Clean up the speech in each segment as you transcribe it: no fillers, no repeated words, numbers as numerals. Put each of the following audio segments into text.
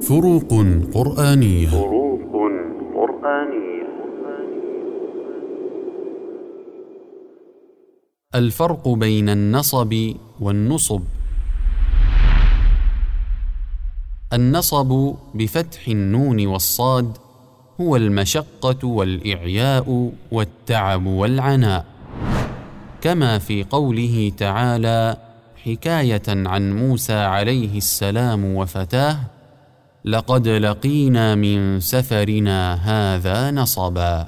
فروق قرآنية. الفرق بين النصب والنصب. النصب بفتح النون والصاد هو المشقة والإعياء والتعب والعناء، كما في قوله تعالى حكاية عن موسى عليه السلام وفتاه: لقد لقينا من سفرنا هذا نصبا.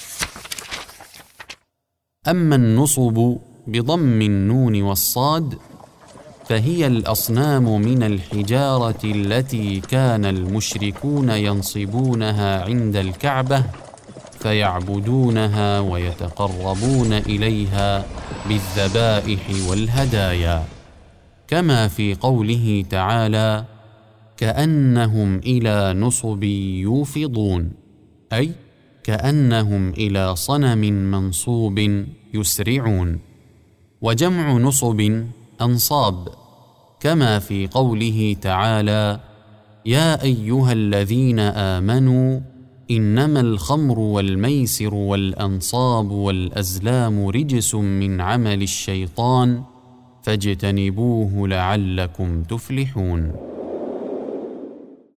أما النصب بضم النون والصاد فهي الأصنام من الحجارة التي كان المشركون ينصبونها عند الكعبة فيعبدونها ويتقربون إليها بالذبائح والهدايا، كما في قوله تعالى كأنهم إلى نصب يوفضون، أي كأنهم إلى صنم منصوب يسرعون. وجمع نصب أنصاب، كما في قوله تعالى يا أيها الذين آمنوا إنما الخمر والميسر والأنصاب والأزلام رجس من عمل الشيطان فاجتنبوه لعلكم تفلحون.